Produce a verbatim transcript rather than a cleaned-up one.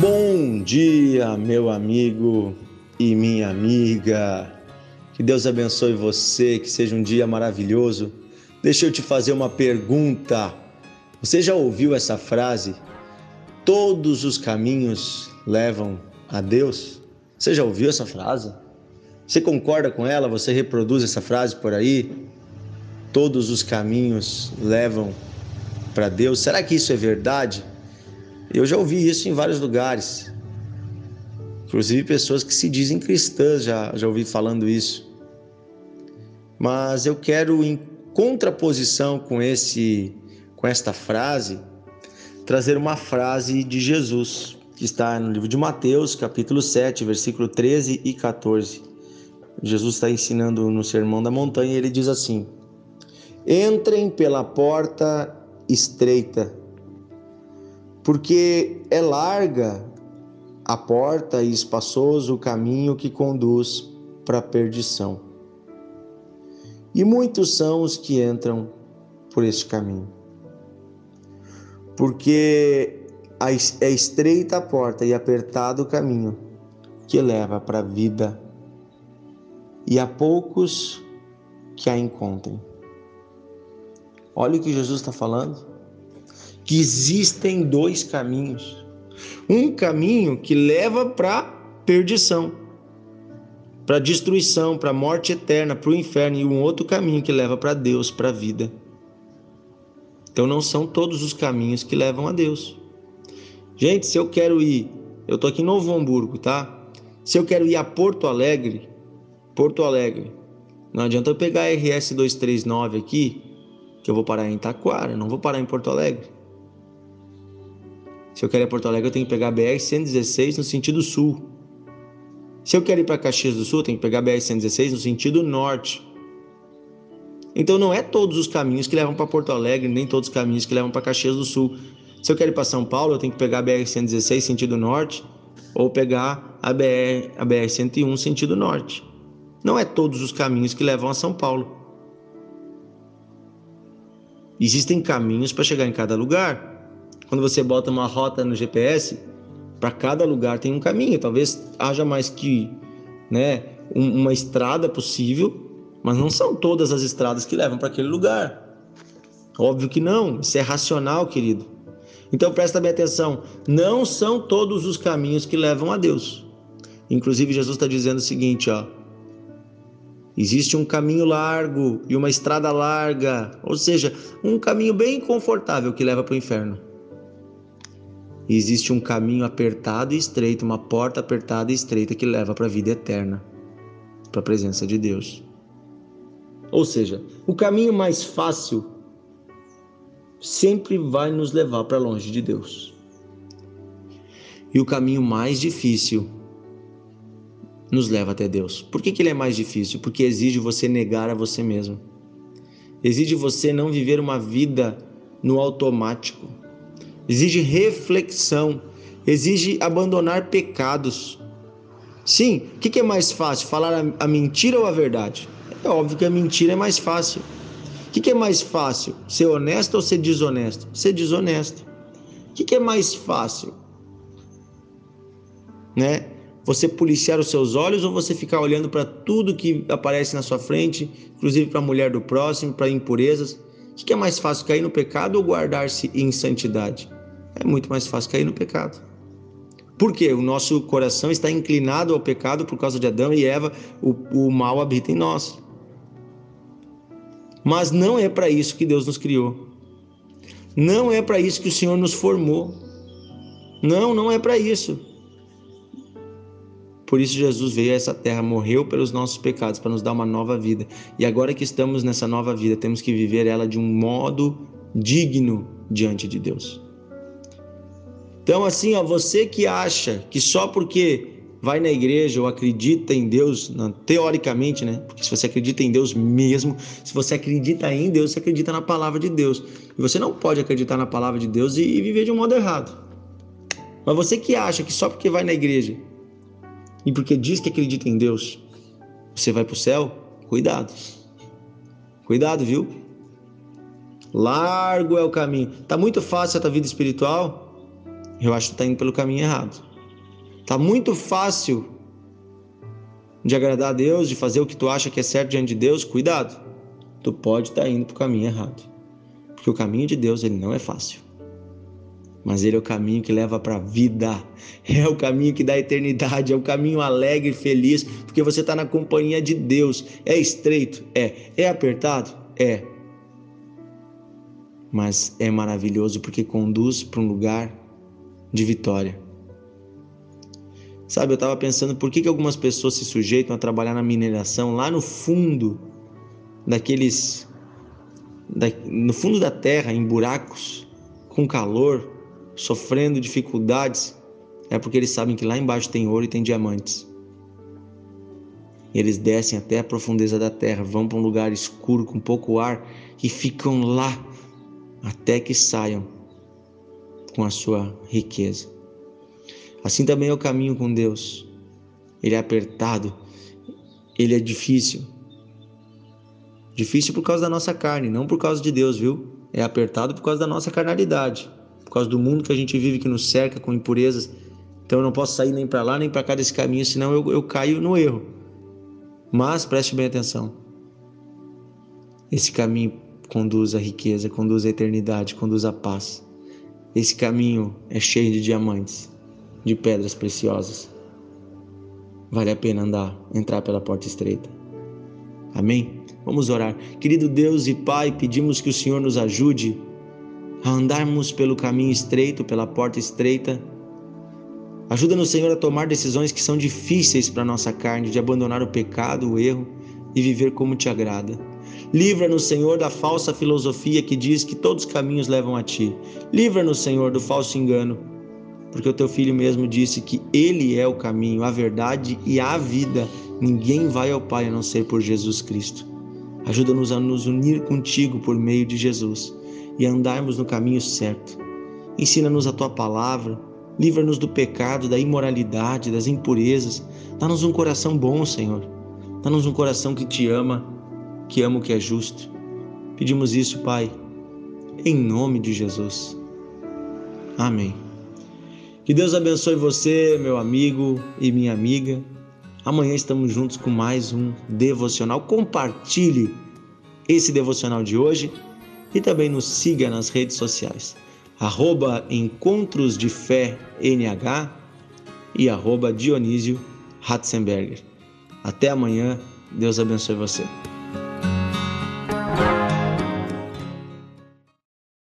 Bom dia, meu amigo e minha amiga. Que Deus abençoe você, que seja um dia maravilhoso. Deixa eu te fazer uma pergunta. Você já ouviu essa frase? Todos os caminhos levam a Deus? Você já ouviu essa frase? Você concorda com ela? Você reproduz essa frase por aí? Todos os caminhos levam para Deus? Será que isso é verdade? Eu já ouvi isso em vários lugares. Inclusive pessoas que se dizem cristãs já, já ouvi falando isso. Mas eu quero, em contraposição com, esse, com esta frase, trazer uma frase de Jesus, que está no livro de Mateus, capítulo sete, versículo treze e quatorze. Jesus está ensinando no Sermão da Montanha e ele diz assim: entrem pela porta estreita, porque é larga a porta e espaçoso o caminho que conduz para a perdição. E muitos são os que entram por este caminho. Porque é estreita a porta e apertado o caminho que leva para a vida, e há poucos que a encontrem. Olha o que Jesus está falando. Que existem dois caminhos. Um caminho que leva para a perdição, para a destruição, para a morte eterna, para o inferno, e um outro caminho que leva para Deus, para a vida. Então não são todos os caminhos que levam a Deus. Gente, se eu quero ir, eu estou aqui em Novo Hamburgo, tá? Se eu quero ir a Porto Alegre, Porto Alegre, não adianta eu pegar a R S duzentos e trinta e nove aqui, que eu vou parar em Taquara, não vou parar em Porto Alegre. Se eu quero ir a Porto Alegre, eu tenho que pegar a B R cento e dezesseis no sentido sul. Se eu quero ir para Caxias do Sul, eu tenho que pegar a B R cento e dezesseis no sentido norte. Então não é todos os caminhos que levam para Porto Alegre, nem todos os caminhos que levam para Caxias do Sul. Se eu quero ir para São Paulo, eu tenho que pegar a B R cento e dezesseis sentido norte, ou pegar a B R, a B R cento e um sentido norte. Não é todos os caminhos que levam a São Paulo. Existem caminhos para chegar em cada lugar. Quando você bota uma rota no G P S, para cada lugar tem um caminho. Talvez haja mais que, né, um, uma estrada possível, mas não são todas as estradas que levam para aquele lugar. Óbvio que não, isso é racional, querido. Então presta bem atenção, não são todos os caminhos que levam a Deus. Inclusive Jesus está dizendo o seguinte, ó: existe um caminho largo e uma estrada larga, ou seja, um caminho bem confortável que leva para o inferno. E existe um caminho apertado e estreito, uma porta apertada e estreita que leva para a vida eterna, para a presença de Deus. Ou seja, o caminho mais fácil sempre vai nos levar para longe de Deus. E o caminho mais difícil nos leva até Deus. Por que que ele é mais difícil? Porque exige você negar a você mesmo. Exige você não viver uma vida no automático. Exige reflexão, exige abandonar pecados. Sim, o que que é mais fácil? Falar a mentira ou a verdade? É óbvio que a mentira é mais fácil. O que que é mais fácil? Ser honesto ou ser desonesto? Ser desonesto. O que que é mais fácil? Né? Você policiar os seus olhos ou você ficar olhando para tudo que aparece na sua frente, inclusive para a mulher do próximo, para impurezas? O que é mais fácil, cair no pecado ou guardar-se em santidade? É muito mais fácil cair no pecado. Por quê? O nosso coração está inclinado ao pecado por causa de Adão e Eva, o, o mal habita em nós. Mas não é para isso que Deus nos criou. Não é para isso que o Senhor nos formou. Não, não é para isso. Por isso Jesus veio a essa terra, morreu pelos nossos pecados, para nos dar uma nova vida. E agora que estamos nessa nova vida, temos que viver ela de um modo digno diante de Deus. Então assim, ó, você que acha que só porque vai na igreja ou acredita em Deus, não, teoricamente, né? Porque se você acredita em Deus mesmo, se você acredita em Deus, você acredita na palavra de Deus. E você não pode acreditar na palavra de Deus e, e viver de um modo errado. Mas você que acha que só porque vai na igreja e porque diz que acredita em Deus, você vai para o céu, cuidado. Cuidado, viu? Largo é o caminho. Tá muito fácil a tua vida espiritual? Eu acho que tá indo pelo caminho errado. Tá muito fácil de agradar a Deus, de fazer o que tu acha que é certo diante de Deus. Cuidado, tu pode estar indo para o caminho errado, porque o caminho de Deus ele não é fácil, mas ele é o caminho que leva para a vida, é o caminho que dá eternidade, é o caminho alegre e feliz, porque você está na companhia de Deus. É estreito? É. É apertado? É. Mas é maravilhoso porque conduz para um lugar de vitória. Sabe, eu estava pensando por que, que algumas pessoas se sujeitam a trabalhar na mineração lá no fundo daqueles, da, no fundo da terra, em buracos, com calor, sofrendo dificuldades. É porque eles sabem que lá embaixo tem ouro e tem diamantes. Eles descem até a profundeza da terra, vão para um lugar escuro com pouco ar e ficam lá até que saiam com a sua riqueza. Assim também é o caminho com Deus. Ele é apertado, ele é difícil. Difícil por causa da nossa carne, não por causa de Deus, viu? É apertado por causa da nossa carnalidade, por causa do mundo que a gente vive, que nos cerca com impurezas. Então eu não posso sair nem para lá nem para cá desse caminho, senão eu, eu caio no erro. Mas preste bem atenção. Esse caminho conduz à riqueza, conduz à eternidade, conduz à paz. Esse caminho é cheio de diamantes, de pedras preciosas. Vale a pena andar, entrar pela porta estreita. Amém? Vamos orar. Querido Deus e Pai, pedimos que o Senhor nos ajude a andarmos pelo caminho estreito, pela porta estreita. Ajuda-nos, Senhor, a tomar decisões que são difíceis para a nossa carne, de abandonar o pecado, o erro e viver como te agrada. Livra-nos, Senhor, da falsa filosofia que diz que todos os caminhos levam a Ti. Livra-nos, Senhor, do falso engano, porque o Teu Filho mesmo disse que Ele é o caminho, a verdade e a vida. Ninguém vai ao Pai a não ser por Jesus Cristo. Ajuda-nos a nos unir contigo por meio de Jesus e a andarmos no caminho certo. Ensina-nos a Tua palavra, livra-nos do pecado, da imoralidade, das impurezas. Dá-nos um coração bom, Senhor. Dá-nos um coração que Te ama, que ama o que é justo. Pedimos isso, Pai, em nome de Jesus. Amém. Que Deus abençoe você, meu amigo e minha amiga. Amanhã estamos juntos com mais um devocional. Compartilhe esse devocional de hoje e também nos siga nas redes sociais. Arroba Encontros de Fé N H e arroba Dionísio Ratzenberger. Até amanhã. Deus abençoe você.